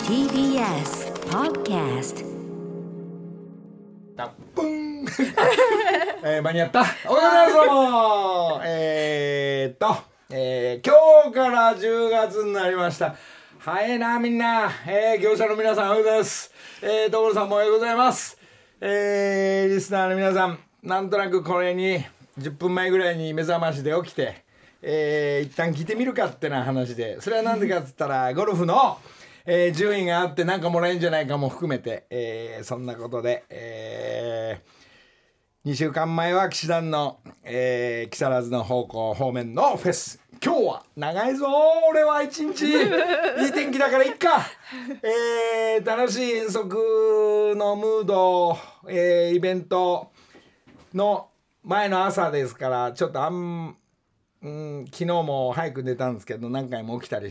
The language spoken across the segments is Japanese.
TBS Podcast プン間に合った。おはようございます。どうも今日から10月になりました。早いなみんな、業者の皆さんおはようございます。所さんもおはようございます。リスナーの皆さん、なんとなくこれに10分前ぐらいに目覚ましで起きて、一旦聞いてみるかってな話で、それはなんでかっつったらゴルフの、順位があってなんかもらえるんじゃないかも含めて、そんなことで、2週間前は騎士団の、木更津の方面のフェス。今日は長いぞ俺は一日いい天気だからいっか、楽しい遠足のムード、イベントの前の朝ですから、ちょっと昨日も早く寝たんですけど何回も起きたりして、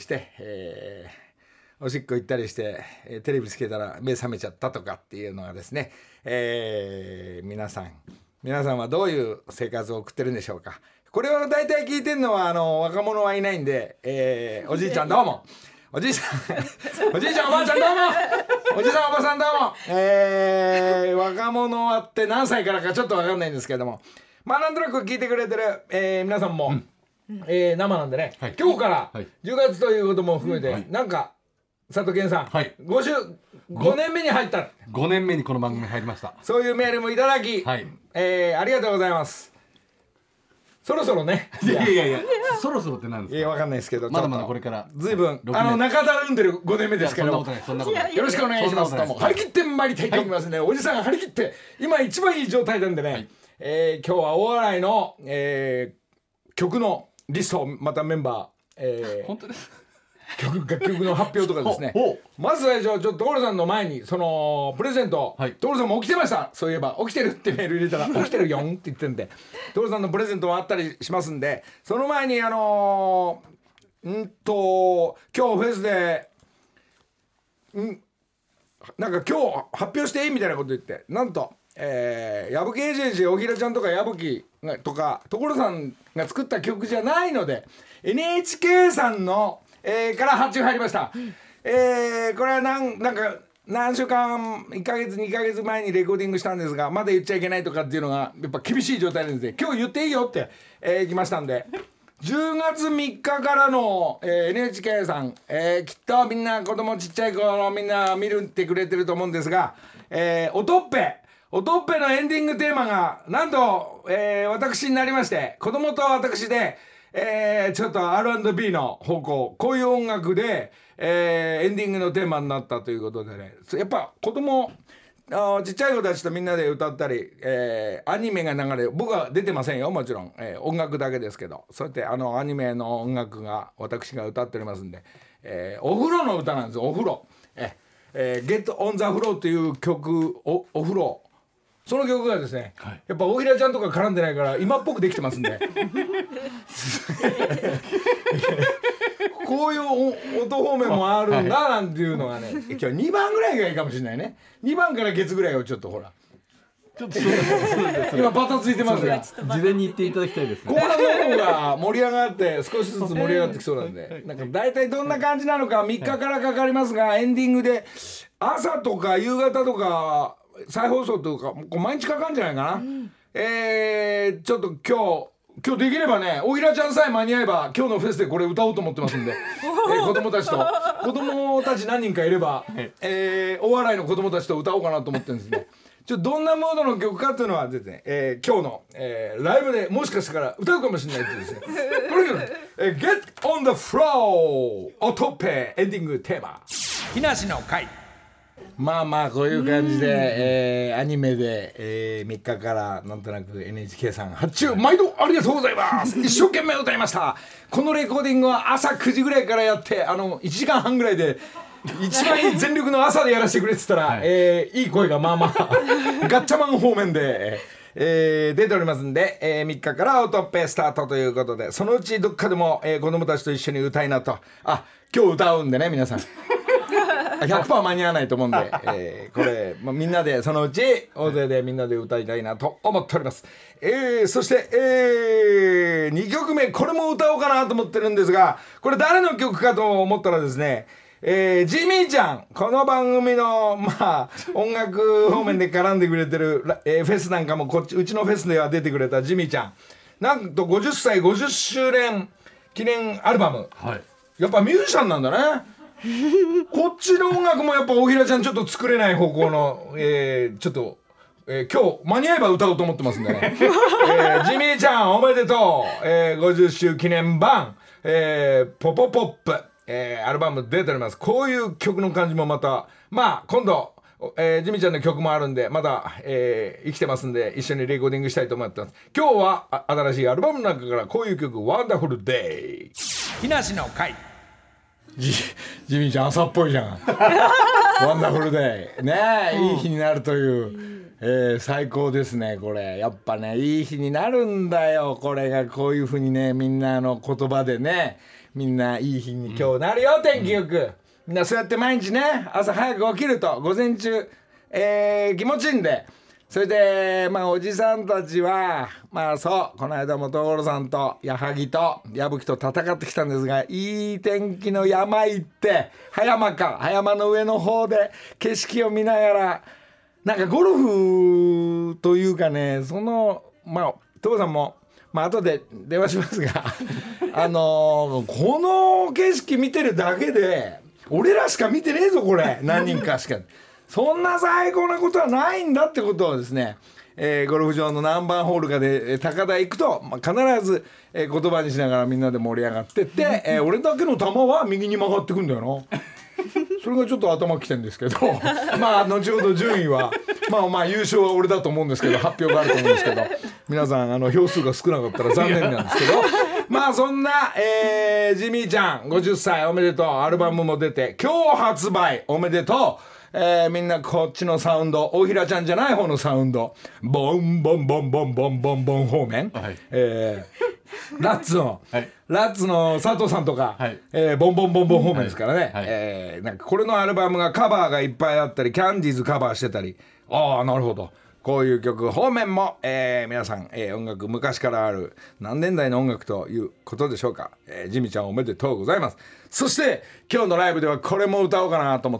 おしっこ行ったりして、テレビつけたら目覚めちゃったとかっていうのがですね、皆さんはどういう生活を送ってるんでしょうか。これを大体聞いてるのは若者はいないんで、おじいちゃんどうもおじいちゃんおばあちゃんどうもおじさんおばさんどうも、若者はって何歳からかちょっと分かんないんですけれども、まあなんとなく聞いてくれてる、皆さんも、生なんでね、はい、今日から10月ということも含めて、はい、なんか佐藤健さん、はい、5年目に入った。 5年目にこの番組に入りました。 そういうメールもいただき、はい、ありがとうございます。そろそろね。 いやそろそろって何ですか。 いやわかんないですけど、 まだまだこれからずいぶん中だるんでる5年目ですけど、よろしくお願いします。どうも張り切って参りたいと思いますね、はい、おじさんが張り切って今一番いい状態なんでね、はい、今日は大洗の、曲のリストまたメンバー、 本当です楽曲の発表とかですねまず最初ちょっと所さんの前にそのプレゼント、はい、所さんも起きてました。そういえば起きてるってメール入れたら起きてるよんって言ってんで、所さんのプレゼントもあったりしますんで、その前に今日フェスでなんか今日発表していいみたいなこと言って、なんと矢吹エージェンシーおひらちゃんとか矢吹とか所さんが作った曲じゃないので NHK さんのから発注入りました。これはなんか何週間1ヶ月2ヶ月前にレコーディングしたんですが、まだ言っちゃいけないとかっていうのがやっぱ厳しい状態なんで、今日言っていいよって、来ましたんで、10月3日からの、NHK さん、きっとみんな子供ちっちゃい頃みんな見るってくれてると思うんですが、おとっぺのエンディングテーマがなんと、私になりまして、子供と私でちょっと R&B の方向、こういう音楽で、エンディングのテーマになったということでね、やっぱ子供ちっちゃい子たちとみんなで歌ったり、アニメが流れ、僕は出てませんよもちろん、音楽だけですけど、そうやってアニメの音楽が私が歌っておりますんで、お風呂の歌なんですよ。お風呂、Get on the Floor という曲、お風呂、その曲がですね、はい、やっぱ大平ちゃんとか絡んでないから今っぽくできてますんでこういう音方面もあるんだなんていうのがね、今日2番ぐらいがいいかもしれないね。2番から月ぐらいをちょっとほらちょっと今バタついてますが、 事前に言っていただきたいですね。 後半の方が盛り上がって少しずつ盛り上がってきそうなんで、なんか大体どんな感じなのか3日からかかりますが、エンディングで朝とか夕方とか再放送というか毎日かかるんじゃないかな、ちょっと今日できればね、おひらちゃんさえ間に合えば今日のフェスでこれ歌おうと思ってますんで、子供たち何人かいれば、大洗の子供たちと歌おうかなと思ってるんですね。どんなムードの曲かっていうのはですね、今日の、ライブでもしかしたら歌うかもしれないってですねこの曲、Get on the Floor おとっぺエンディングテーマ、木梨の会。まあこういう感じで、アニメで、3日からなんとなく NHK さん発注毎度ありがとうございます一生懸命歌いました。このレコーディングは朝9時ぐらいからやって、1時間半ぐらいで一番全力の朝でやらせてくれって言ったら、はい、いい声がまあガッチャマン方面で、出ておりますんで、3日からおとっぺスタートということで、そのうちどっかでも、子供たちと一緒に歌いなと。今日歌うんでね皆さん100% 間に合わないと思うんで、これ、みんなでそのうち大勢でみんなで歌いたいなと思っております。そして、2曲目これも歌おうかなと思ってるんですが、これ誰の曲かと思ったらですね、 ジミーちゃん、この番組の音楽方面で絡んでくれてる、フェスなんかもうちのフェスでは出てくれたジミーちゃん、なんと50歳50周年記念アルバム、 はい、 やっぱミュージシャンなんだねこっちの音楽もやっぱ大平ちゃんちょっと作れない方向の、ちょっと、今日間に合えば歌おうと思ってますんでね、ジミーちゃんおめでとう、50周記念版、ポポポップ、アルバム出ております。こういう曲の感じもまた今度、ジミーちゃんの曲もあるんでまだ、生きてますんで一緒にレコーディングしたいと思ってます。今日は新しいアルバムの中からこういう曲、ワンダフルデイ、木梨の会。ジミーちゃん朝っぽいじゃんワンダフルデイねえ、いい日になるという、最高ですね。これやっぱね、いい日になるんだよ。これがこういう風にね、みんなの言葉でね、みんないい日に今日なるよ、天気よく、みんなそうやって毎日ね、朝早く起きると午前中、気持ちいいんで、それでおじさんたちはそうこの間も所さんと矢作と矢吹と戦ってきたんですが、いい天気の山行って葉山の上の方で景色を見ながら、なんかゴルフというかね、その所さんも後で電話しますがこの景色見てるだけで俺らしか見てねえぞこれ何人かしかそんな最高なことはないんだってことをですね、ゴルフ場の何番ホールかで高台行くと、必ず、言葉にしながらみんなで盛り上がってって、俺だけの球は右に曲がってくんだよなそれがちょっと頭きてんですけど後ほど順位は優勝は俺だと思うんですけど、発表があると思うんですけど、皆さん票数が少なかったら残念なんですけどそんな、ジミーちゃん50歳おめでとう、アルバムも出て今日発売おめでとう。みんなこっちのサウンド、大平ちゃんじゃない方のサウンド、ボンボンボンボンボンボンボン方面、はい、ラッツの佐藤さんとか、はい、ボンボンボンボン方面ですからね、はいはい、なんかこれのアルバムがカバーがいっぱいあったり、キャンディーズカバーしてたり、なるほど、こういう曲方面も、皆さん、音楽昔からある何年代の音楽ということでしょうか。ジミちゃんおめでとうございます。そして今日のライブではこれも歌おうかなと思って、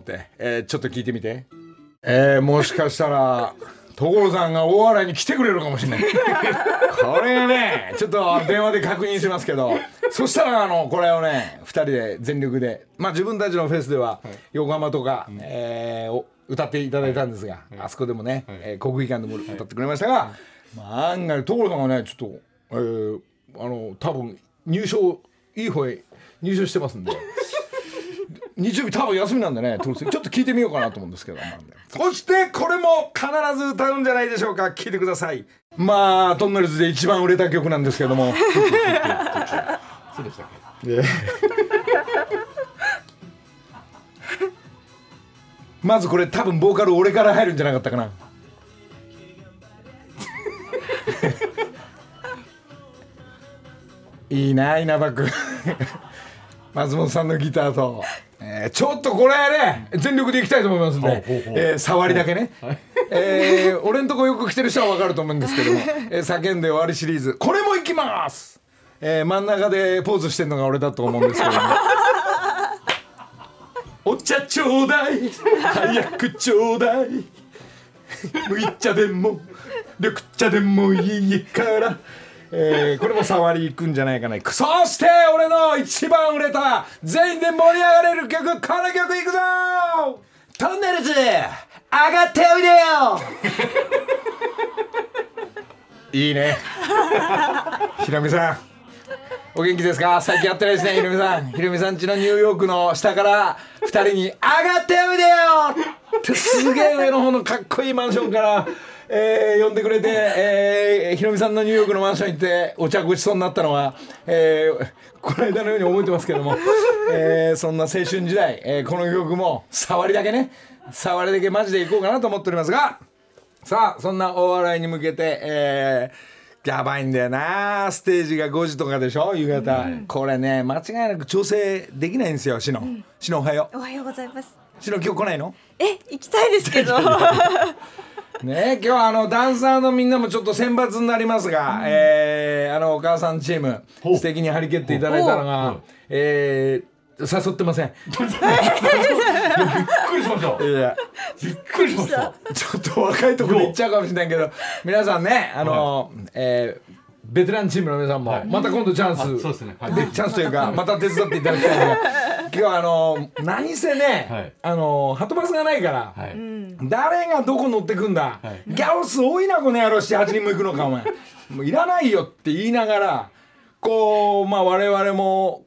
ちょっと聞いてみて。もしかしたら所さんが大洗に来てくれるかもしれないこれがね、ちょっと電話で確認しますけどそしたらこれをね2人で全力で、自分たちのフェスでは横浜とか、歌っていただいたんですが、あそこでもね、国技館でも歌ってくれましたが、案外所さんがねちょっと、多分いい方へ入賞してますんで日曜日多分休みなんでね、ちょっと聞いてみようかなと思うんですけど、そしてこれも必ず歌うんじゃないでしょうか。聞いてください。トンネルズで一番売れた曲なんですけどもそうでしたっけまずこれ多分ボーカル俺から入るんじゃなかったかないいな稲葉君松本さんのギターと、ちょっとこれね全力でいきたいと思いますんで、触りだけね、俺んとこよく来てる人は分かると思うんですけども、叫んで終わりシリーズ、これもいきます。真ん中でポーズしてるのが俺だと思うんですけどもお茶ちょうだい早くちょうだい麦茶でも緑茶でもいいから、これも触りいくんじゃないかな。そして俺の一番売れた全員で盛り上がれる曲、この曲いくぞ。トンネルズ上がっておいでよいいねひろみさんお元気ですか。最近やってないですねひろみさん。ひろみさん家のニューヨークの下から2人に上がっておいでよってすげえ上の方のかっこいいマンションから呼んでくれて、ひろみさんのニューヨークのマンション行ってお茶ごちそうになったのは、この間のように覚えてますけども、そんな青春時代、この曲も触りだけマジでいこうかなと思っておりますが、さあそんな大洗に向けて、やばいんだよな。ステージが5時とかでしょ、夕方、これね間違いなく調整できないんですよ。しのおはよう。 おはようございます。 しの今日来ないの？ 行きたいですけどね、今日ダンサーのみんなもちょっと選抜になりますが、お母さんチーム素敵に張り切っていただいたのが、 誘ってません。 びっくりしました。 いやびっくりしました。 ちょっと若いところで言っちゃうかもしれないけど、皆さんねベテランチームの皆さんもまた今度チャンス、 そうですね。はい。 でチャンスというかまた手伝っていただきたいのが今日は何せね、はとバスがないから、 はい。 誰がどこ乗ってくんだ、ギャオス多いなこの野郎、7、8人も行くのかお前もういらないよって言いながらこう我々も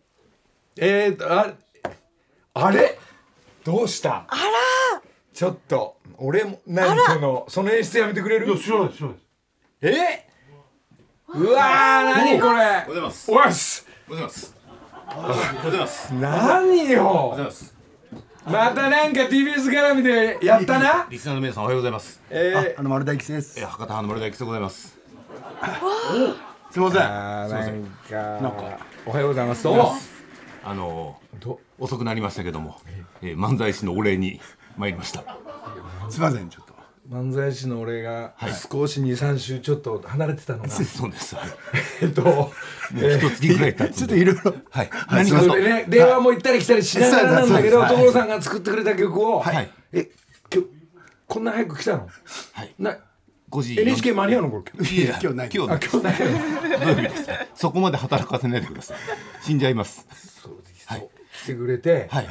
あれどうした、 あらちょっと俺もその演出やめてくれる。 いや知らないです知らないです。 うわー何これ。 おはようございます。 おっすおはようございます。おはようございます。 何よまたなんか TBS 絡みでやったな。 リスナーの皆さんおはようございます。 丸大吉です。 博多華丸大吉でございます。 すみません。 なんかおはようございます。どうも遅くなりましたけども、漫才師のお礼に参りました。 すみませんちょっと。 漫才師の俺が少し 2,3 週ちょっと離れてたのが、 そうです。はい。 もう一月ぐらい経つ。 ちょっといろいろ。 はい。 それね電話も行ったり来たりしながらなんだけど、所さんが作ってくれた曲を、今日こんな早く来たの？ はい。 5時 NHK 間に合うのこれ？ いや今日ない。 今日ない。どういう意味ですか？そこまで働かせないでください。死んじゃいます。 はい。来てくれて、 はい。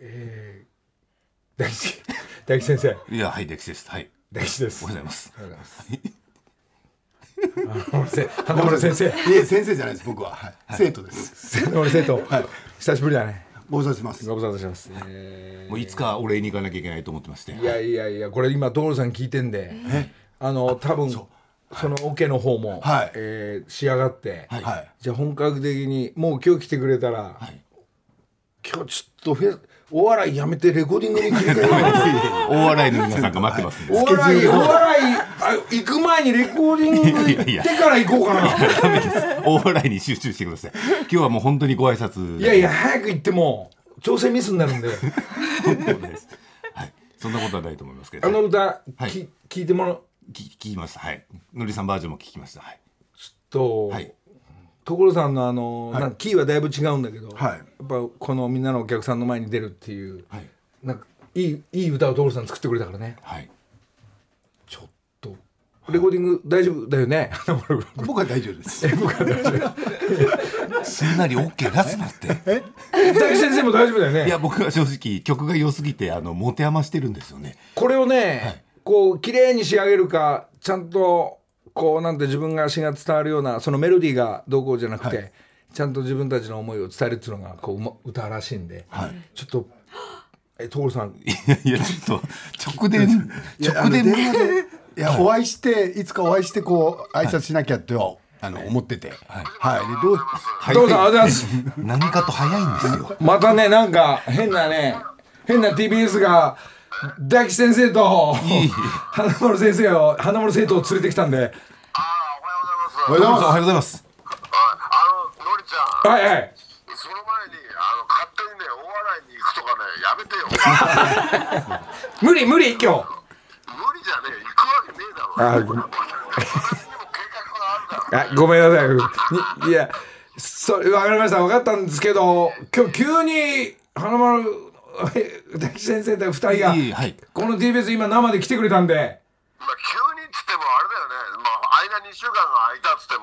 大吉先生。 いやはい大吉です。はい。 大吉です。 おはようございます。 花村先生。 いえ先生じゃないです僕は。生徒です。 俺生徒。久しぶりだね。 ご無沙汰します。 ご無沙汰します。 もういつかお礼に行かなきゃいけないと思ってまして。 いやこれ今所さん聞いてんで、多分そのオケの方も仕上がって、じゃあ本格的にもう今日来てくれたら、今日ちょっとお笑いやめてレコーディングに切り替えよう。 大笑いの皆さんが待ってますんで。 お笑い行く前にレコーディング行ってから行こうかな。 ダメです。大笑いに集中してください。今日はもう本当にご挨拶。 いや早く行っても調整ミスになるんで。 はい。そんなことはないと思いますけど。 あの歌聞いてもらう。 聞きました。はい。のりさんバージョンも聞きました。はい。 はい。所さんのなんかキーはだいぶ違うんだけど、やっぱこのみんなのお客さんの前に出るっていう、なんかいい歌を所さん作ってくれたからね。はい。ちょっとレコーディング大丈夫だよね。 僕は大丈夫です。 僕は大丈夫。すんなり OK 出すなって。 大吉先生も大丈夫だよね。 いや僕は正直曲が良すぎて持て余してるんですよね。 これをね、こう綺麗に仕上げるかちゃんとこうなんて自分が足が伝わるようなそのメロディーがどうこうじゃなくて、ちゃんと自分たちの思いを伝えるっていうのがこう歌らしいんで、ちょっと所さんいやちょっと直電電話でいやお会いしていつかお会いしてこう挨拶しなきゃって思ってて、はいでどう所さんありがとうございます。 何かと早いんですよ。 またねなんか変な TBS が大吉先生と花丸先生を花丸生徒を連れてきたんで。 おはようございます。 おはようございます。 のりちゃん。 はい。 その前に勝手にねお笑いに行くとかねやめてよ。 無理今日。 無理じゃねえ行くわけねえだろ。私にも計画があるだろ。 ごめんなさい。いや分かりました。分かったんですけど今日急に花丸大吉先生と2人がこの TBS 今生で来てくれたんで、 急にっつってもあれだよね、間2週間が空いたっつっても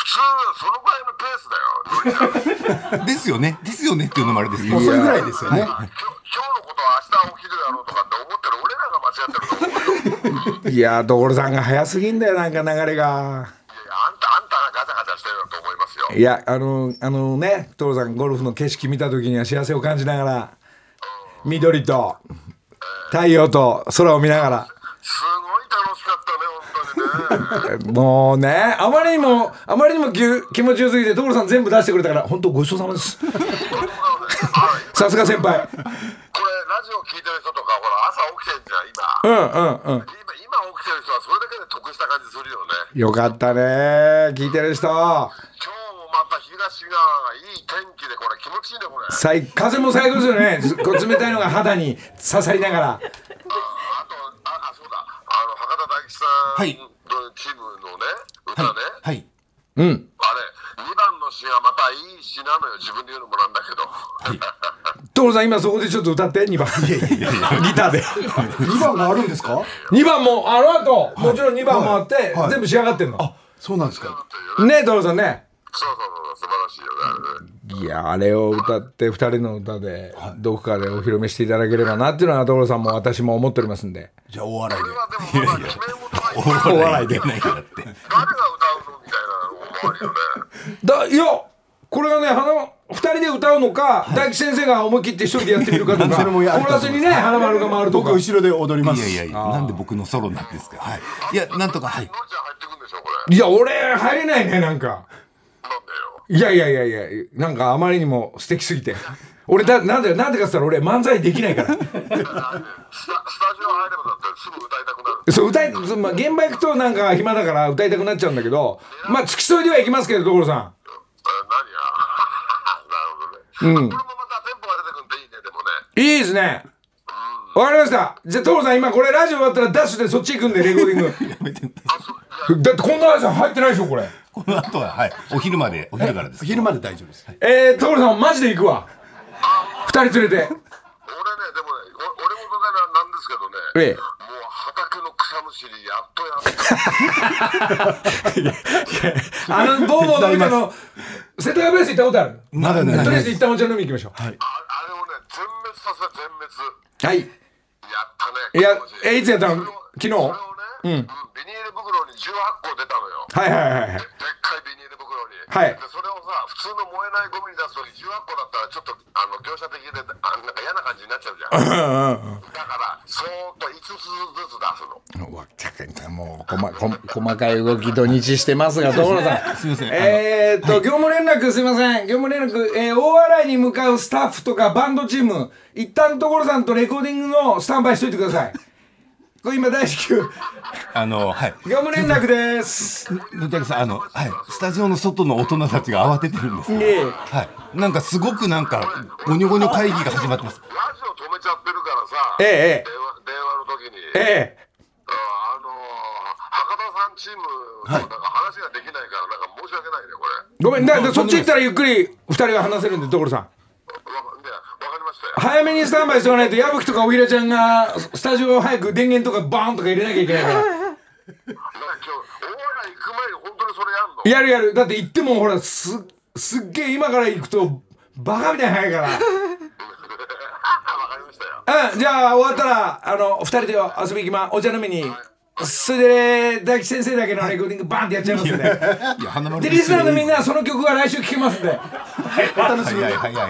普通そのぐらいのペースだよ。 ですよねっていうのもあれですけど、 それぐらいですよね。 今日のことは明日起きるだろうとかって思ってる俺らが間違ってると思うよ。 いや所さんが早すぎんだよなんか流れが。 いやあんたがガチャガチャしてると思いますよ。 いやね所さんゴルフの景色見た時には幸せを感じながら緑と太陽と空を見ながらすごい楽しかったね本当にね。 もうねあまりにも気持ちよすぎて所さん全部出してくれたから本当ごちそうさまです。さすが先輩。 これラジオ聞いてる人とかほら朝起きてんじゃん今。今起きてる人はそれだけで得した感じするよね。 よかったね聞いてる人。 今日もまた東側がいい天気でこれ気持ちいいねこれ。 風も最高ですよね。こう冷たいのが肌に刺さりながら。 あとそうだ博多大吉さんのチームのね歌ね。 はい。 うん。 あれ2番の話がまたいい詩なのよ。自分で言うのもなんだけど。 所さん今そこでちょっと歌って2番ギターで 2番があるんですか。 2番もあの後もちろん2番もあって全部仕上がってんの。 あ、そうなんですか。 ね、所さんね。 そう素晴らしいよね。 いやあれを歌って2人の歌でどこかでお披露目していただければなっていうのは所さんも私も思っておりますんで。 じゃあ大笑いで。 これはでもまだ決め事がいっぱいお笑いでないからって。 誰が歌うのみたいなのもあるよね。 いやこれがね2人で歌うのか、大吉先生が思い切って一人でやってみるかとか、 それもやるコーラスにね花丸が回るとか。 僕後ろで踊ります。 いやなんで僕のソロなんですか。はい。いやなんとかはい。 のりちゃん入ってくんでしょこれ。 いや俺入れないねなんか。 なんだよ。 いやなんかあまりにも素敵すぎて俺なんでかっつったら俺漫才できないからスタジオ入ればだってすぐ歌いたくなる。 そう現場行くとなんか暇だから歌いたくなっちゃうんだけど、まあ付き添いでは行きますけど所さん。 何や。なるほどね。これもまたテンポが出てくんでいいね。でもね。 いいですね。わかりました。じゃあ所さん今これラジオ終わったらダッシュでそっち行くんでレコーディングだってこんなやつ入ってないでしょこれ。 この後ははいお昼からです。 昼まで大丈夫です。 所さんマジで行くわ。2人連れて。 俺ねでもね俺事でなんですけどね。 ええ。 もう畑の草むしりやっとやった。 ボーボー飲み会の世田谷ベース行ったことある。 まだね。 とりあえず一旦お茶飲み行きましょう。 あれをね全滅させ全滅。 はい。 やったね。 いやいつやったの？昨日。 それをね、ビニール袋に18個出たのよ。 はい。 でっかいビニール袋に。 はいでそれをさ普通の燃えないゴミに出すとき18個だったらちょっと業者的でなんか嫌な感じになっちゃうじゃん。だからそーっと5つずつ出すの。 わっもう細かい動き土日してますが所さん。 すみません。 業務連絡すいません。業務連絡大洗に向かうスタッフとかバンドチーム一旦所さんとレコーディングのスタンバイしといてください。これ今大至急はい。 業務連絡です。 野竹さんはいスタジオの外の大人たちが慌ててるんですけど、はいなんかすごくなんかゴニョゴニョ会議が始まってます。 ラジオ止めちゃってるからさ。 電話の時に。 話博多さんチームとなんか話ができないからなんか申し訳ないねこれ。 ごめんだそっち行ったらゆっくり2人が話せるんで所さん。 わかりましたよ。 早めにスタンバイしておかないと矢吹とかおひらちゃんがスタジオ早く電源とかバーンとか入れなきゃいけないから。 今日大洗行く前に本当にそれやんの？ やるだって行ってもほらすっげえ今から行くとバカみたいに早いから。 わかりましたよ。 じゃあ終わったら2人で遊び行きお茶飲みに。それで大吉先生だけのレコーディングバーンってやっちゃいますんで。でリスナーのみんなその曲が来週聴けますんで。 早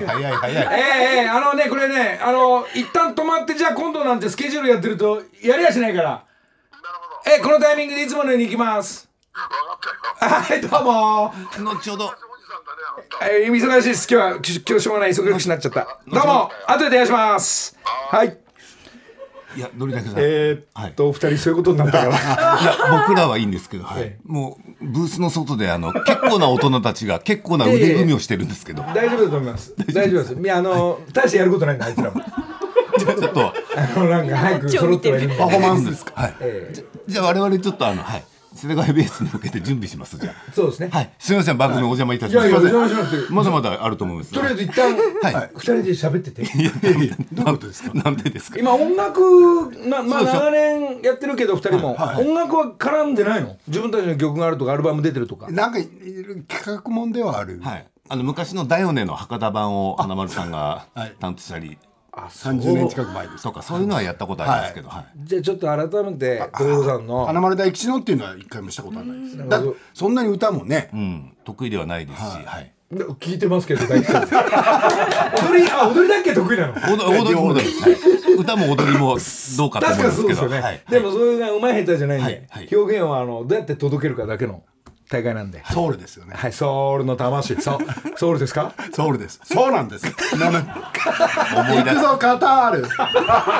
い。 これね一旦止まってじゃあ今度なんてスケジュールやってるとやりやしないから。 なるほど。 このタイミングでいつものように行きます。 わかったよ。 はいどうも。 後ほど。 おじさんだね。 忙しいです今日しょうがない忙しくなっちゃった。どうも後で電話します。はい。 いやのりたけさん。 2人そういうことになったから。 いや僕らはいいんですけど、もうブースの外で結構な大人たちが結構な腕組みをしてるんですけど。 大丈夫だと思います。大丈夫です。大してやることないんだあいつらも。 ちょっとなんか早く揃ってはいるパフォーマンスですか。 はい。じゃあ我々ちょっと世田谷ベースに向けて準備しますじゃあ。 そうですね。 はい。すみません番組お邪魔いたします。 いやお邪魔しなくて。 まだまだあると思います。 とりあえず一旦2人で喋ってて。 どういうことですか。なんでですか。 今音楽長年やってるけど2人も音楽は絡んでないの。自分たちの曲があるとかアルバム出てるとか。 なんか企画もんではある。 はい。昔のダヨネの博多版を花丸さんが担当したり。 30年近く前です。 そうかそういうのはやったことありますけど。 じゃあちょっと改めて所さんの花丸大吉のっていうのは一回もしたことはないです。だってそんなに歌もね得意ではないですし。はい。 聞いてますけど大吉さん。踊りだっけ得意なの。 踊り歌も踊りもどうかと思うんですけど。 でもそれが上手い下手じゃないんで表現はどうやって届けるかだけの大会なんで。 ソウルですよね。 はい、ソウルの魂。ソウルですか。 ソウルです。そうなんです。行くぞカタール。 頑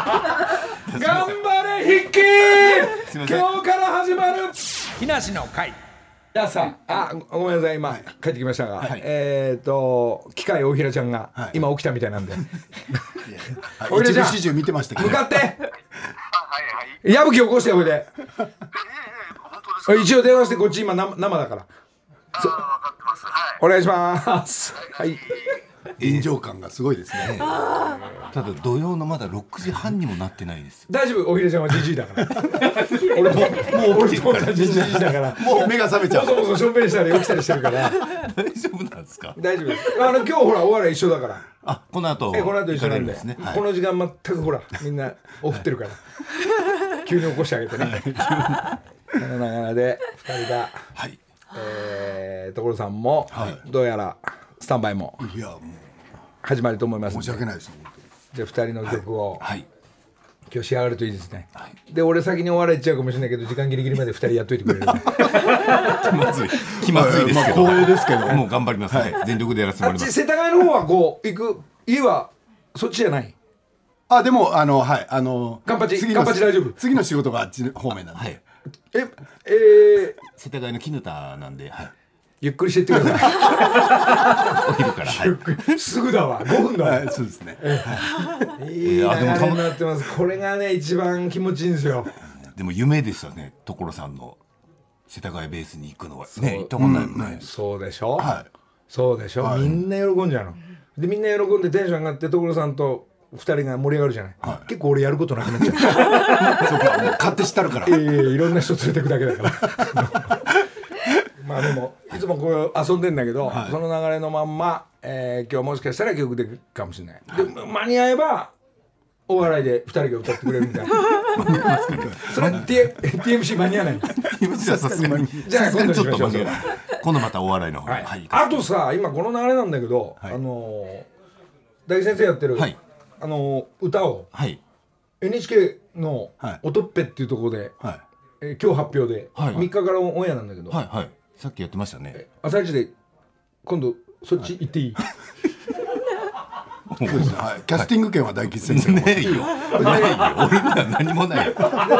張れ筆記。今日から始まる木梨の会。じゃあさごめんなさい今帰ってきましたが、機械大平ちゃんが今起きたみたいなんで。 大平ちゃん始終見てましたけど。 向かって。矢吹起こしておいで。一応電話してこっち今生だから。 お願いします。はい。 臨場感がすごいですね。 ただ土曜のまだ6時半にもなってないです。 大丈夫、おひれちゃんはじじいだから俺もう俺と同じじじいだからもう目が覚めちゃう。 そもそもしょんべんしたり起きたりしてるから大丈夫なんですか？ 大丈夫です。今日ほらお笑い一緒だから。 あ、この後この後一緒なんで、 ですね、はい、 この時間全くほらみんなおふってるから急に起こしてあげてねこの流れで2人が、 はい、 所さんも、はい、どうやらスタンバイもいやもう始まると思います。 申し訳ないです。 じゃあ2人の曲を、 はい、 今日仕上がるといいですね、はい、で俺先に終われちゃうかもしれないけど時間ギリギリまで2人やっといてくれる気まずいですけど、 光栄ですけどもう頑張ります、はい、全力でやらせてもらいます。 世田谷の方はこう行く家はそっちじゃない？ あ、でもはいカンパチ大丈夫？ 次の仕事があっち方面なんで、はい、 世田谷の絹田なんで、はい、 ゆっくりしてってくださいお昼から、はい、 すぐだわ、5分だわ、 はい、そうですね、 いい流れになってます。これがね一番気持ちいいんですよ。 でも夢でしたね、所さんの世田谷ベースに行くのはね、行ったことないもんね、 そうでしょ、 はい、 そうでしょ、はい、みんな喜んじゃうので、みんな喜んでテンション上がって所さんと2人が盛り上がるじゃない、はい、結構俺やることなくなっちゃうそうか、もう勝手知ったるからいろんな人連れてくだけだからまあでもいつもこう遊んでんだけど、はい、その流れのまんま、今日もしかしたら曲でくかもしれない、はい、で間に合えばお笑いで2人が歌ってくれるみたいなそれ TMC 間に合わないさすがにじゃあ今度しましょう。 今度またお笑いの方、 はいはい、あとさ今この流れなんだけど、はい、大吉先生やってる、はい、歌を、はい、NHK のおとっぺっていうところで、はい、今日発表で、はい、3日からオンエアなんだけど、 はいはい、さっきやってましたね。 朝一で今度そっち行っていい？ そうですね、はい、キャスティング権は大吉先生ねえよ、ないよ、俺には何もないよ。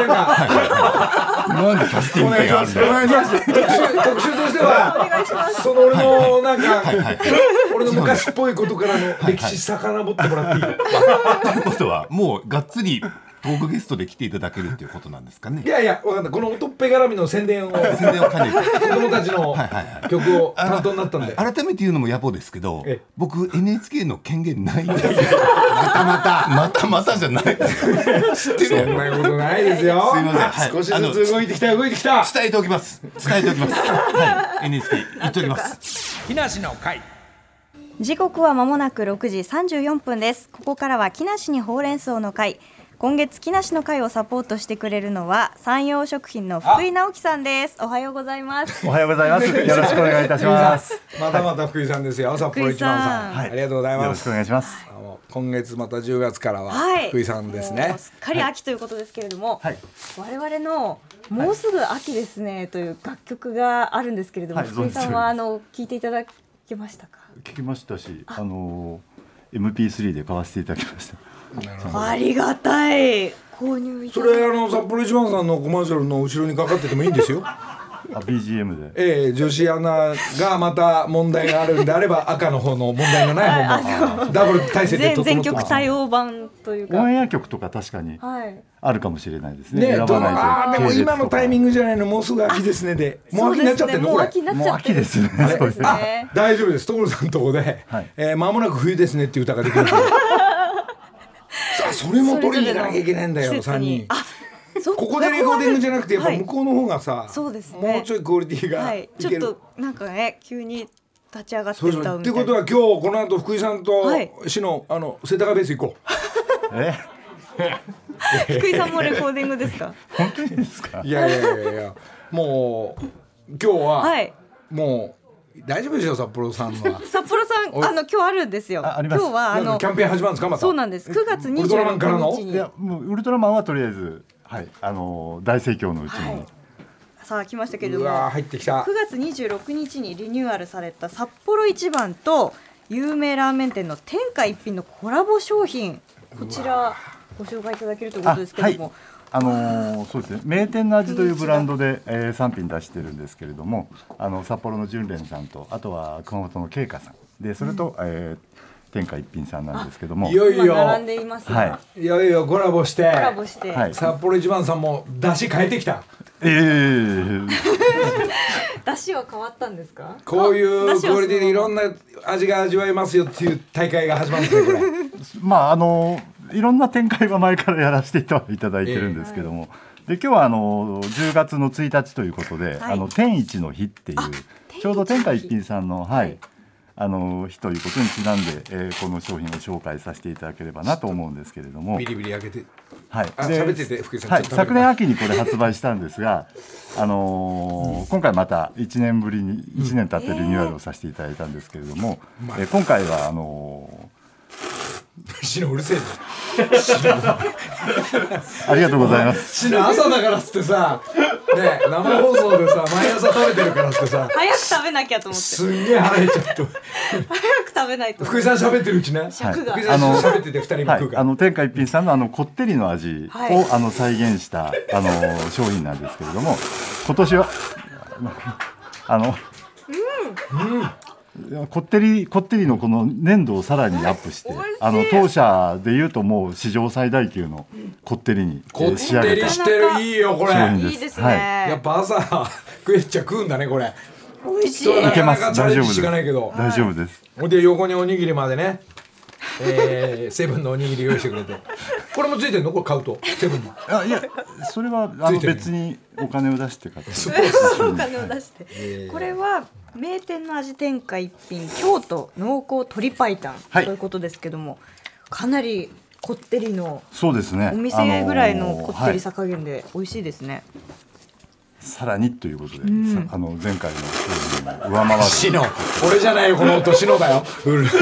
なんでキャスティング権あるんだよ。 お願いします。特集としてはその俺のなんか、俺の昔っぽいことからの歴史遡ってもらっていい？ということはもうがっつりトークゲストで来ていただけるっていうことなんですかね。 いやいや、分かんない。このおとっぺ絡みの宣伝を兼ねて子供たちの曲を担当になったんで、 改めて言うのも野暮ですけど、僕 NHK の権限ないんですよ。またじゃない。知ってる？ そんなことないですよ。 すいません、 少しずつ動いてきた。伝えておきます。はい、NHK 言っておきます。 木梨の会。 時刻は間もなく6時34分です。ここからは木梨にほうれん草の会。今月木梨の会をサポートしてくれるのは山陽食品の福井直樹さんです。おはようございます。 おはようございます。よろしくお願いいたします。 また福井さんですよ。札幌一番さん、はい、ありがとうございます。 よろしくお願いします。 今月また10月からは福井さんですね。 すっかり秋ということですけれども、はい、我々のもうすぐ秋ですねという楽曲があるんですけれども、はい、福井さんは聞いていただけましたか？ 聞きましたし、MP3 で買わせていただきました。 ありがたい。購入いただいて、 それ札幌一番さんのコマーシャルの後ろにかかっててもいいんですよ。 BGM で、 女子アナがまた問題があるんであれば赤の方の問題がない方もダブル体制で整ってます。 全曲対応版というかオンエア曲とか確かにあるかもしれないですね。選ばないと。 でも今のタイミングじゃないの、もうすぐ秋ですねで、もう秋になっちゃってるのこれ。 もう秋ですね。 大丈夫です。所さんのとこで間もなく冬ですねっていう歌ができる。それも取りに行かなきゃいけないんだよ、3人。ここでレコーディングじゃなくてやっぱ向こうの方がさ、 そうですね、 もうちょいクオリティがいける。 ちょっとなんかね、急に立ち上がって歌うみたいな。 っていうことは今日この後福井さんと市の世田谷ベース行こう。福井さんもレコーディングですか？ 本当にですか？ いやもう今日はもう大丈夫でしょ、札幌さんは。 札幌さん今日あるんですよ。 あります。 今日はキャンペーン始まるんですか？また。そうなんです。 9月26日に。 いや、もうウルトラマンはとりあえず、はい、大盛況のうちに、はい、 さあ来ましたけれども、 入ってきた。 9月26日にリニューアルされた札幌一番と有名ラーメン店の天下一品のコラボ商品、こちらご紹介いただけるということですけれども、 そうですね、名店の味というブランドで、3品出してるんですけれども、札幌の純連さんと、あとは熊本の慶華さんで、それと、天下一品さんなんですけども、 いよいよ並んでいます、 いよいよコラボして、 はい、 札幌一番さんも出汁変えてきた。 出汁は変わったんですか？ こういうクオリティでいろんな味が味わえますよっていう大会が始まるんですねこれ。 まあいろんな展開は前からやらせていただいてるんですけども、で今日は10月の1日ということで、 はい、 天一の日っていうちょうど天下一品さんの日ということにちなんで、この商品を紹介させていただければなと思うんですけれども、 ビリビリ開けて、 はい、 喋ってて福井さん、 はい、昨年秋にこれ発売したんですが、今回また1年ぶりに1年経ってリニューアルをさせていただいたんですけれども、今回はシノうるせえなありがとうございます。 シノ朝だからっつってさ、ね、生放送でさ毎朝食べてるからってさ早く食べなきゃと思ってすんげえ腹減っちゃって早く食べないと。 福井さん喋ってるうちね、 尺が、 福井さん喋ってて2人も食うから、 天下一品さんのこってりの味を、再現した商品なんですけれども、今年はこってりのこの粘度をさらにアップして、当社でいうともう史上最大級のこってりに仕上げた。 こってりしてる、いいよこれ。 いいですね。 やっぱ朝食えちゃ食うんだねこれ。 美味しい。 なかなかチャレンジしかないけど。 大丈夫です。 で横におにぎりまでね、セブンのおにぎり用意してくれて、これもついてるの？これ買うとセブンの。 いやそれは別にお金を出して買って。 お金を出して。これは名店の味天下一品京都濃厚鶏白湯ということですけども、かなりこってりの、 そうですね、 お店ぐらいのこってりさ加減で美味しいですね。 さらにということで、前回の商品を上回る。 シノ、俺じゃないよこの音、シノだよ。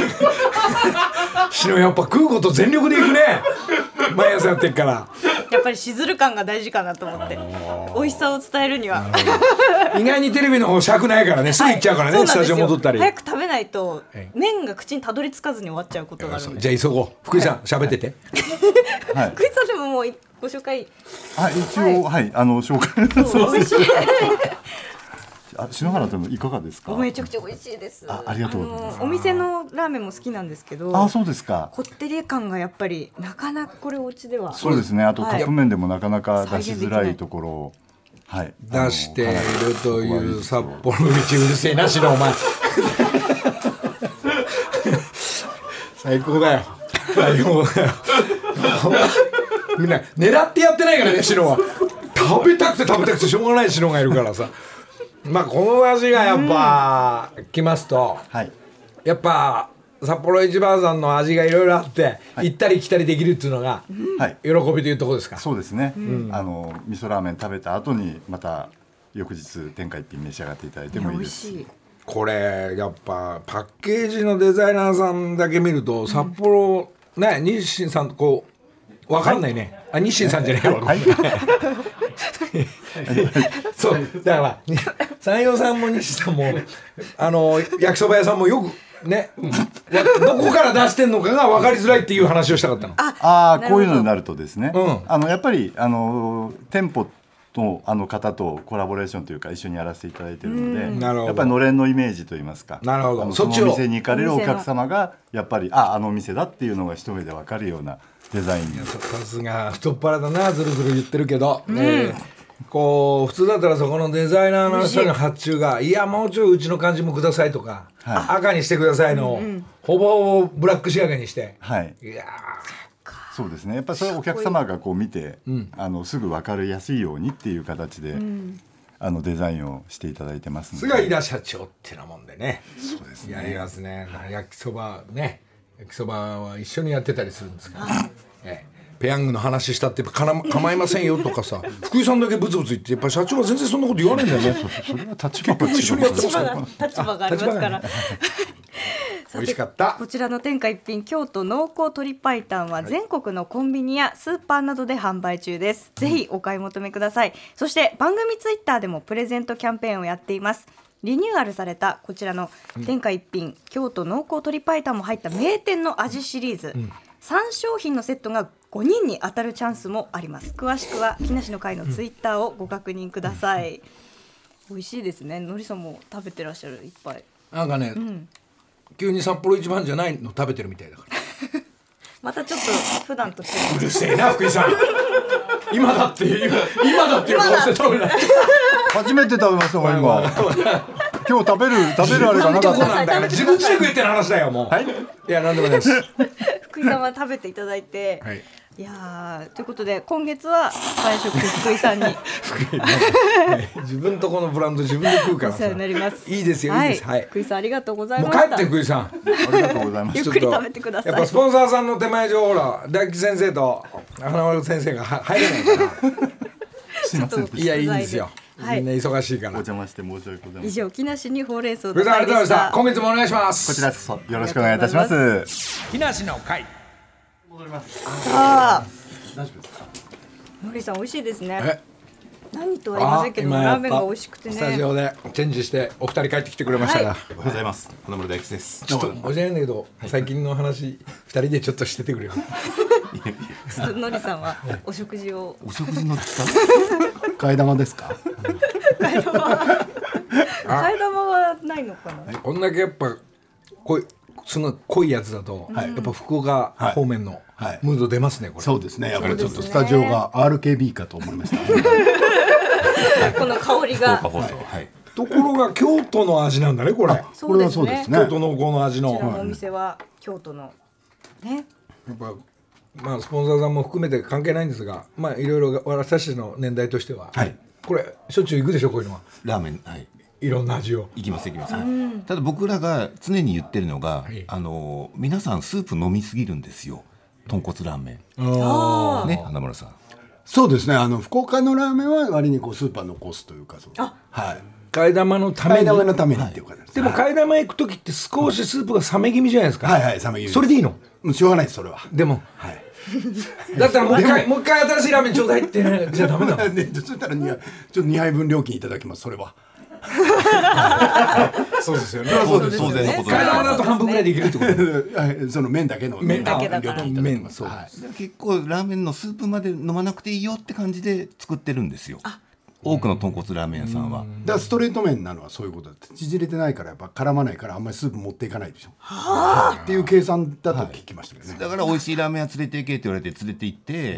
シノやっぱ食うこと全力でいくね。毎朝やってっから。 やっぱりしずる感が大事かなと思って、美味しさを伝えるには。 意外にテレビの方尺ないからね、すぐ行っちゃうからね、スタジオ戻ったり。 早く食べないと麺が口にたどり着かずに終わっちゃうことがあるんで。 じゃあ急ごう。福井さん喋ってて。 福井さんでももうご紹介。 一応紹介。 そう美味しい。 篠原君いかがですか？ めちゃくちゃ美味しいです。 ありがとうございます。 お店のラーメンも好きなんですけど、 そうですか。 こってり感がやっぱりなかなかこれお家では。 そうですね。あとカップ麺でもなかなか出しづらいところを出しているという札幌一うるせえなしのお前。最高だよ。最高だよ。みんな狙ってやってないからね、シノは。食べたくてしょうがないシノがいるからさ。まあこの味がやっぱ来ますと、やっぱ札幌一番さんの味がいろいろあって、行ったり来たりできるっていうのが喜びというところですか？ そうですね。味噌ラーメン食べた後にまた翌日天下一品召し上がっていただいてもいいですし。 これやっぱパッケージのデザイナーさんだけ見ると札幌ね、日清さんこう分かんないね。日清さんじゃないよ。そうだから山陽さんも日清さんも焼きそば屋さんもよくね、どこから出してんのかが分かりづらいっていう話をしたかったの。 こういうのになるとですね、やっぱり店舗と方とコラボレーションというか一緒にやらせていただいているので、やっぱりのれんのイメージといいますか、 なるほど、 そのお店に行かれるお客様がやっぱりあの店だっていうのが一目で分かるようなデザインに。 さすが太っ腹だな、ずるずる言ってるけど、こう普通だったらそこのデザイナーの人の発注がいやもうちょいうちの感じもくださいとか、赤にしてくださいの、ほぼブラック仕上げにして、いやそうですね、やっぱりそれお客様がこう見て、すぐ分かりやすいようにっていう形で、デザインをしていただいてますので。 菅井田社長ってなもんでね。そうですね。やりますね。焼きそばね、焼きそばは一緒にやってたりするんですから、ペヤングの話したって構いませんよとかさ、福井さんだけブツブツ言って、やっぱり社長は全然そんなこと言わないんだよね。 それは立場が一緒にやってますから。 立場がありますから。 美味しかった。 こちらの天下一品京都濃厚鶏白湯は全国のコンビニやスーパーなどで販売中です。ぜひお買い求めください。そして番組ツイッターでもプレゼントキャンペーンをやっています。リニューアルされたこちらの天下一品京都濃厚鶏白湯も入った名店の味シリーズ、3商品のセットが5人に当たるチャンスもあります。詳しくは木梨の会のツイッターをご確認ください。美味しいですね。のりさんも食べてらっしゃる、いっぱい。 なんかね、急に札幌一番じゃないの食べてるみたいだから。 またちょっと普段と違う。 うるせえな福井さん。 今だっていう顔して食べない。 初めて食べましたもん今。今日食べるあれがなかった。 自分で食えって話だよもう。はい。いやなんでもないです。 福井さんは食べていただいて、 はい。 いやということで今月は菜食福井さんに自分とこのブランド自分で食うからさ。 お世話になります。 いいですよいいです。はい。 福井さんありがとうございもました。 う帰って福井さん。 ありがとうございます。 ゆっくり食べてください。 やっぱスポンサーさんの手前上ほら大吉先生と花丸先生が入れないから。 すいません。 いやいいんですよ。 はい、 みんな忙しいから。 お邪魔して申し訳ございません。 以上木梨にほうれん草の福井さんありがとうございました。今月月もお願いします。 こちらこそよろしくお願いいたします。 木梨の会。 ああ、のりさん美味しいですね。何とは言いませんけどラーメンが美味しくてね。 スタジオでチェンジしてお二人帰ってきてくれましたが、 おはようございます。花村大吉です。 ちょっと申し訳ないんだけど、最近の話二人でちょっとしててくれよ。 のりさんはお食事を。 お食事の替え玉ですか？ 替え玉はないのかな。 こんだけやっぱその濃いやつだと、やっぱ福岡方面のムード出ますねこれ。 そうですね。やっぱりちょっとスタジオが RKB かと思いました。 この香りが。 ところが京都の味なんだねこれ。 これはそうですね。 京都濃厚の味の。 こちらのお店は京都のね。 やっぱまあスポンサーさんも含めて関係ないんですが、まあいろいろ私たちの年代としては、これしょっちゅう行くでしょこういうのは。 ラーメンいろんな味を。 行きます。ただ僕らが常に言ってるのが、皆さんスープ飲みすぎるんですよ。豚骨ラーメン。ね、花村さん。 そうですね。福岡のラーメンは割にこうスーパー残すというか、はい。 替え玉のために。 替え玉のためにっていうかです。 でも替え玉行く時って少しスープが冷め気味じゃないですか。 はいはい、冷め気味。 それでいいの？ しょうがないですそれは。 でも。 はい。 だったらもう一回新しいラーメンちょうだいってじゃダメだ。 そしたらちょっと2杯分料金いただきますそれは。 そうですよね。 そうですね。 替え玉だと半分ぐらいでいけるってこと。 その麺だけの麺だけだから。 麺そう。 結構ラーメンのスープまで飲まなくていいよって感じで作ってるんですよ。多くの豚骨ラーメン屋さんは。 だからストレート麺なのはそういうことだって、縮れてないからやっぱ絡まないからあんまりスープ持っていかないでしょっていう計算だと聞きましたけどね。 だから美味しいラーメン屋連れて行けって言われて連れて行って、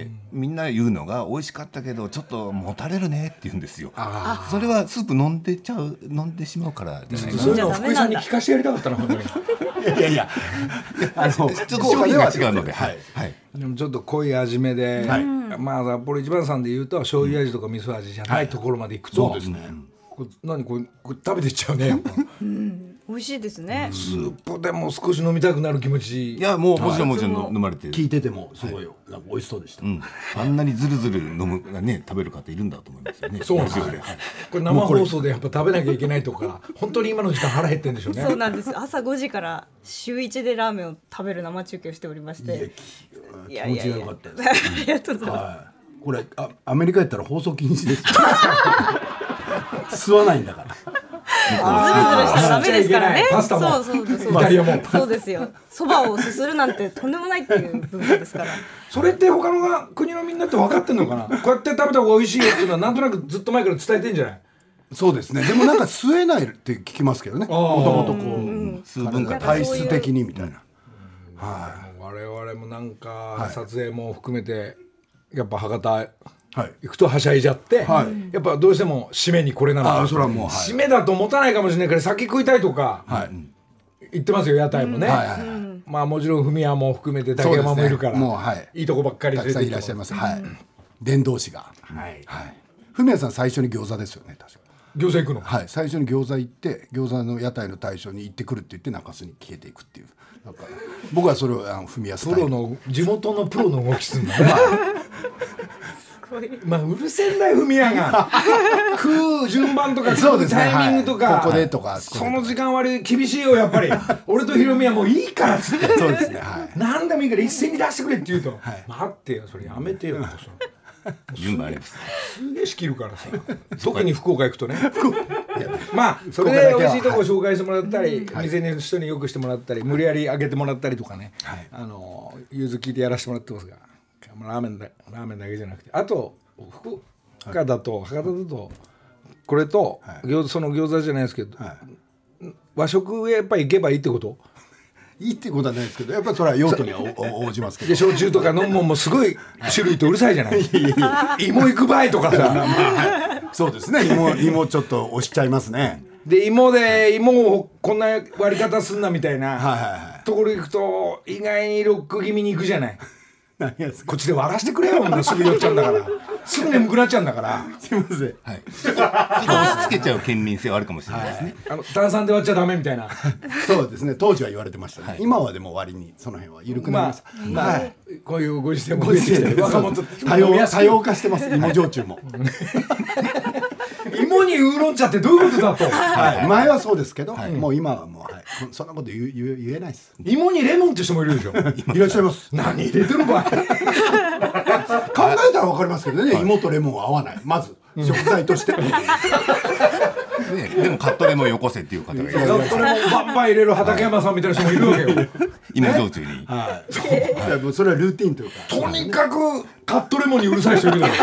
みんな言うのが美味しかったけどちょっともたれるねって言うんですよ。それはスープ飲んでしまうからじゃないかな。 そういうのを福井さんに聞かせてやりたかったな本当に。 いやちょっと商品が違うので、はい。 でもちょっと濃い味めで、まあ札幌一番さんで言うと醤油味とか味噌味じゃないところまで行くと、 そうですね。 何これ食べていっちゃうね。やっぱ美味しいですね。 スープでも少し飲みたくなる気持ち。 いやもちろん飲まれてる。 聞いててもすごいなんか美味しそうでした。 あんなにずるずる食べる方いるんだと思いますよね。 そうなんですよ。これ生放送でやっぱ食べなきゃいけないとか、本当に今の時間腹減ってんでしょうね。 そうなんです。朝5時から週1でラーメンを食べる生中継をしておりまして。 気持ちが良かったです。 ありがとうございます。 これアメリカやったら放送禁止です。吸わないんだから。 ズルズルしたらダメですからね。 パスタもそうイタリアもそうですよ。そばをすするなんてとんでもないっていう文化ですから。 それって他の国のみんなって分かってんのかな。こうやって食べた方が美味しいよっていうのはなんとなくずっと前から伝えてんじゃない。 そうですね。でもなんか吸えないって聞きますけどね。もともとこう吸う文化体質的にみたいな。 我々もなんか撮影も含めてやっぱ博多行くとはしゃいじゃって、やっぱどうしても締めにこれなのか。 それはもう締めだと持たないかもしれないから先食いたいとか言ってますよ屋台もね。まあもちろん文也も含めて竹山もいるからいいとこばっかりたくさんいらっしゃいます。伝道師が。文也さん最初に餃子ですよね確か。 餃子行くの。 はい、最初に餃子行って餃子の屋台の大将に行ってくるって言って中洲に消えていくっていう。なんか僕はそれを文也スタイル。 プロの地元のプロの動きするんだね。まあうるせえんだよ文也が。食う順番とか食うタイミングとか、 ここでとかその時間割厳しいよやっぱり。俺とヒロミはもういいからっつって。 そうですね。 何でもいいから一斉に出してくれって言うと、待ってよそれやめてよ。 順番あります。 すげえ仕切るからさ。特に福岡行くとね。まあそれで美味しいとこ紹介してもらったり、店の人によくしてもらったり、無理やりあげてもらったりとかね。融通聞いてやらせてもらってますが、ラーメンだけじゃなくて、あと福岡だと博多だとこれとその餃子じゃないですけど、和食へやっぱり行けばいいってこと。 いいっていうことはないですけど、やっぱりそれは用途には応じますけど。 で焼酎とか飲むもんもすごい種類とうるさいじゃない芋行く場合とかさそうですね、芋ちょっと押しちゃいますね。 で芋をこんな割り方すんなみたいな、 はいはいはい、 ところ行くと意外にロック気味に行くじゃない。 何やすこっちで割らしてくれよ、すぐ酔っちゃうんだからすぐ眠くなっちゃうんだから。 すいません、 はい、ちょっと押し付けちゃう県民性はあるかもしれないですね、 炭酸で割っちゃダメみたいなそうですね、当時は言われてましたね、はい、今はでも割にその辺は緩くなりました、 まあ、はい、こういうご時世もご時世若者多様化してます、芋焼酎も芋にウーロン茶ってどういうことだと、 はい、前はそうですけど、はい、もう今はもう、はい、そんなこと言えないです。 芋にレモンって人もいるでしょいらっしゃいます。 何入れてる場合考えたら分かりますけどね、はい、芋とレモンは合わない、まず食材としてね、 でもカットレモンよこせっていう方がいる。 カットレモンバンバン入れる畠山さんみたいな人もいるわけよ芋焼酎に、 はい、それはルーティンというか、 とにかくカットレモンにうるさい人いるだろ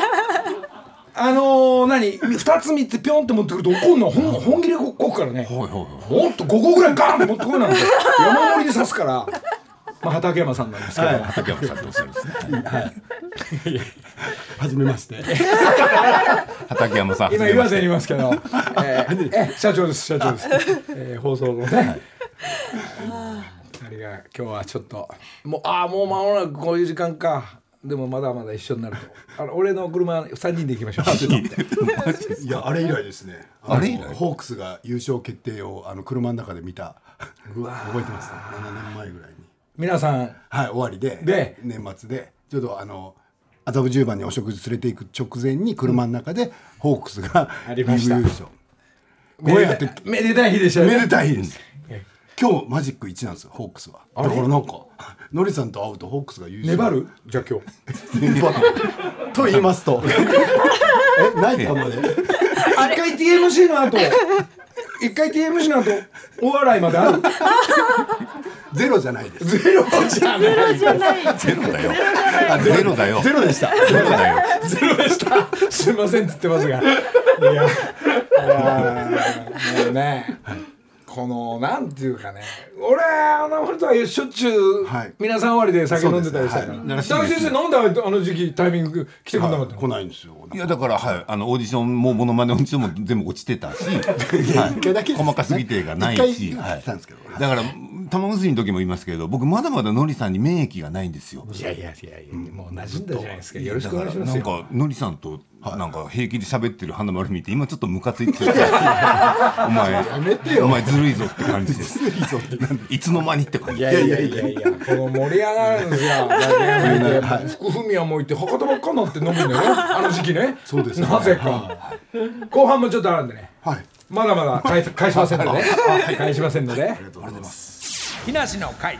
2つ3つピョンって持ってくると怒るのは本気でこくからね、もっと5個ぐらいガーンって持ってこいなんて山盛りで刺すから、まあ、畠山さんなんですけど、 畠山さんとおっしゃるんですね、はい、 はじめまして畠山さん、 今岩手にいますけど、社長です、放送のね、はい、あれが今日はちょっともう間もなくこういう時間か。でもまだまだ一緒になると、俺の車3人で行きましょういや、あれ以来ですね、ホークスが優勝決定を車の中で見た覚えてます、7年前ぐらいに皆さん、 はい、終わりで年末でちょっと麻布十番にお食事連れて行く直前に車の中でホークスがリーグ優勝、めでたい日でしたね。 めでたい日です。今日マジック1なんですよ、ホークスは。だからなんかノリさんと会うとホークスが優勝。 粘る？じゃあ今日と言いますとないかまで一回 TMC の後お笑いまであるゼロじゃないです。 ゼロじゃない。 ゼロだよ。ゼロだよ。 ゼロでした。 ゼロだよ。 ゼロでした。すいませんって言ってますが。いやもうね、このなんていうかね、俺本当はしょっちゅう皆さん終わりで酒飲んでたりしたから。北先生なんで時期タイミング来てくれなかったの？ 来ないんですよ。 いやだからはいオーディションもモノマネオーディションも全部落ちてたし、細かすぎてがないし、だから玉結びの時も言いますけど、僕まだまだノリさんに免疫がないんですよ。 いやもう馴染んだじゃないですか。よろしくお願いしますよ。 なんかノリさんとなんか平気で喋ってる花丸見て今ちょっとムカついてるお前ずるいぞって感じです。いつの間にって感じ。 いやこの盛り上がるんですよ。福文也もいて博多ばっかになって飲むんだよね、あの時期ね。 そうですね。 なぜか後半もちょっとあるんでね、まだまだ返しませんので、返しませんので。ありがとうございます。木梨の会。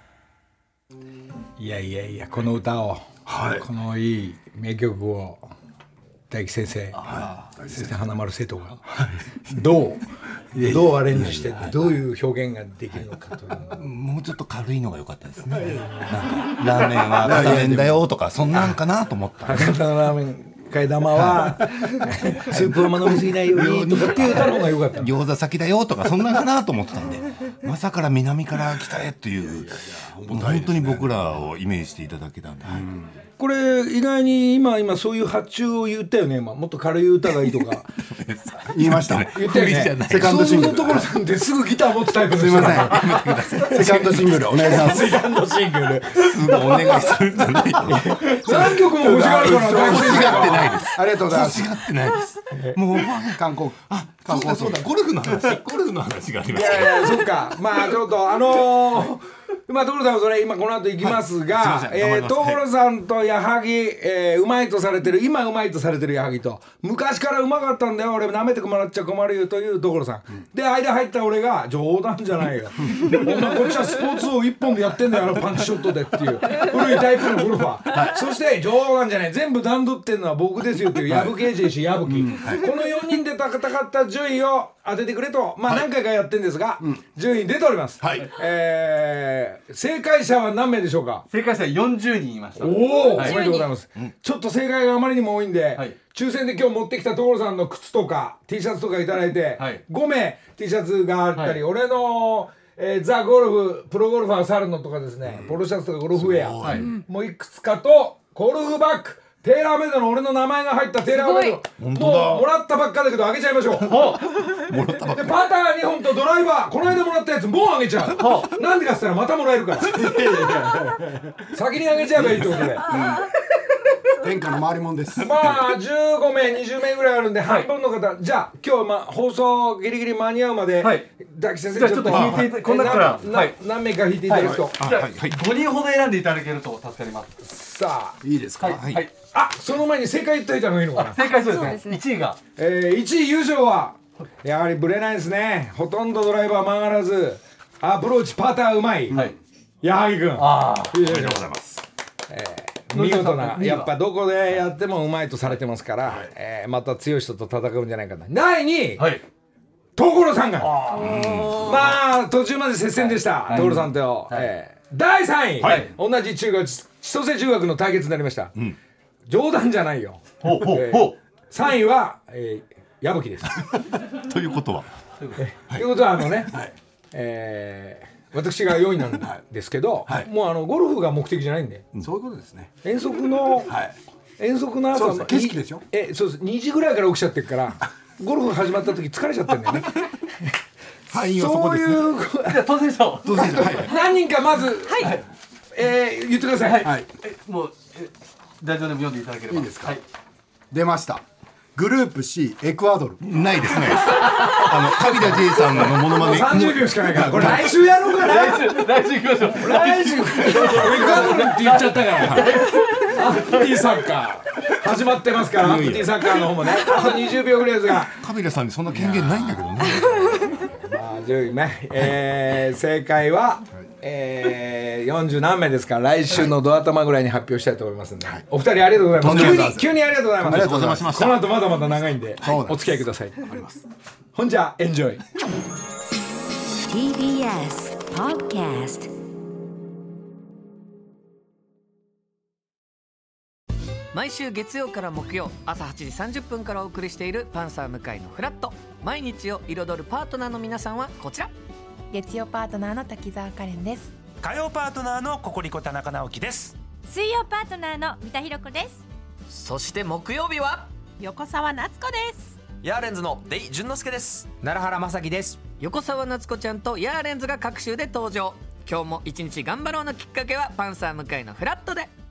いやこの歌を、このいい名曲を大吉先生、花丸生徒がどうアレンジしてどういう表現ができるのかという。 もうちょっと軽いのが良かったですね。なんかラーメンは片面だよとかそんなんかなと思った。 博多のラーメン替え玉はスープは飲みすぎないようにとかっていう歌の方が良かった。 餃子先だよとかそんなんかなと思ってたんで、まさか南から北へっていう本当に僕らをイメージしていただけたんで。 これ意外に今そういう発注を言ったよね。もっと軽い歌がいいとか言いました。 言ったよね。 セカンドシングル。 所さんってすぐギター持つタイプの人。 すいません。セカンドシングルお願いします。 セカンドシングル。 すぐお願いするんじゃない。 何曲も欲しがるから欲しがってないです。 ありがとうございます。 欲しがってないです。もう観光そうだゴルフの話がありました。 いやそっか。まあちょっと所さんはそれ今この後行きますが、所さんと矢作、うまいとされてる矢作と昔からうまかったんだよ俺舐めてもらっちゃ困るよという所さん、で間入った俺が冗談じゃないよお前こっちはスポーツを一本でやってんだよパンチショットでっていう古いタイプのゴルファー、そして冗談じゃない全部段取ってんのは僕ですよっていう矢吹圭司矢吹、この4人で戦った順位を当ててくれと、何回かやってんですが、順位出ております。正解者は何名でしょうか。 正解者は40人いました。 おめでとうございます。ちょっと正解があまりにも多いんで、抽選で今日持ってきた所さんの靴とか T シャツとかいただいて、5名 T シャツがあったり、俺のザ・ゴルフプロゴルファーサルノとかですね、ポロシャツとかゴルフウェア、もういくつかとゴルフバッグ、テーラーメイドの俺の名前が入ったテーラーメイド、もうもらったばっかだけどあげちゃいましょう。でパター2本とドライバー、この間もらったやつもうあげちゃう。なんでかっつったらまたもらえるから先にあげちゃえばいいってことで天下の回りもんです。 まあ15名20名ぐらいあるんで、半分の方、じゃあ今日は放送ギリギリ間に合うまで、大吉先生ちょっと引いてこの中から何名か引いていただくと、 じゃあ5人ほど選んでいただけると助かります。 さあいいですか。 あ、その前に正解言っといた方がいいのかな。 正解そうですね。1位が 1位優勝はやはりブレないですね。ほとんどドライバー曲がらずアプローチパターうまい、矢作君、 ありがとうございます。 見事な、やっぱどこでやってもうまいとされてますから、また強い人と戦うんじゃないかな。第2位、所さんがまあ途中まで接戦でした、所さんと、第3位、同じ中学千歳中学の対決になりました、冗談じゃないよ。3位は矢吹です。 ということはということは私が4位なんですけど、もうゴルフが目的じゃないんで、 そういうことですね。 遠足の朝の景色でしょ。 そうです。2時ぐらいから起きちゃってるからゴルフ始まった時疲れちゃってるんだよね。 範囲はそこですね。 当選者何人かまず言ってください。 もう大丈夫でも読んでいただければいいですか。出ました。グループ C エクアドル。 ないですね。カビラ J さんのモノマネ 30秒しかないから、これ来週やろうかな。 来週行きましょう。 来週エクアドルって言っちゃったからアフティサッカー始まってますから、アフティサッカーの方もね、あと20秒ぐらいですが、 カビラさんにそんな権限ないんだけどね。 まあ10位ね、正解は40何名ですから、来週のドア玉ぐらいに発表したいと思いますんで、お二人ありがとうございます。急にありがとうございます。 ありがとうございました。 この後まだまだ長いんでお付き合いください。ほんじゃエンジョイ。 TBS Podcast。 毎週月曜から木曜朝8時30分からお送りしているパンサー向井のフラット。毎日を彩るパートナーの皆さんはこちら。 月曜パートナーの滝沢カレンです。 火曜パートナーのココリコ田中直樹です。 水曜パートナーの三田寛子です。 そして木曜日は横澤夏子です。 ヤーレンズのデイ淳之介です。 奈良原正樹です。 横澤夏子ちゃんとヤーレンズが各週で登場。今日も一日頑張ろうのきっかけはパンサー向井のフラットで。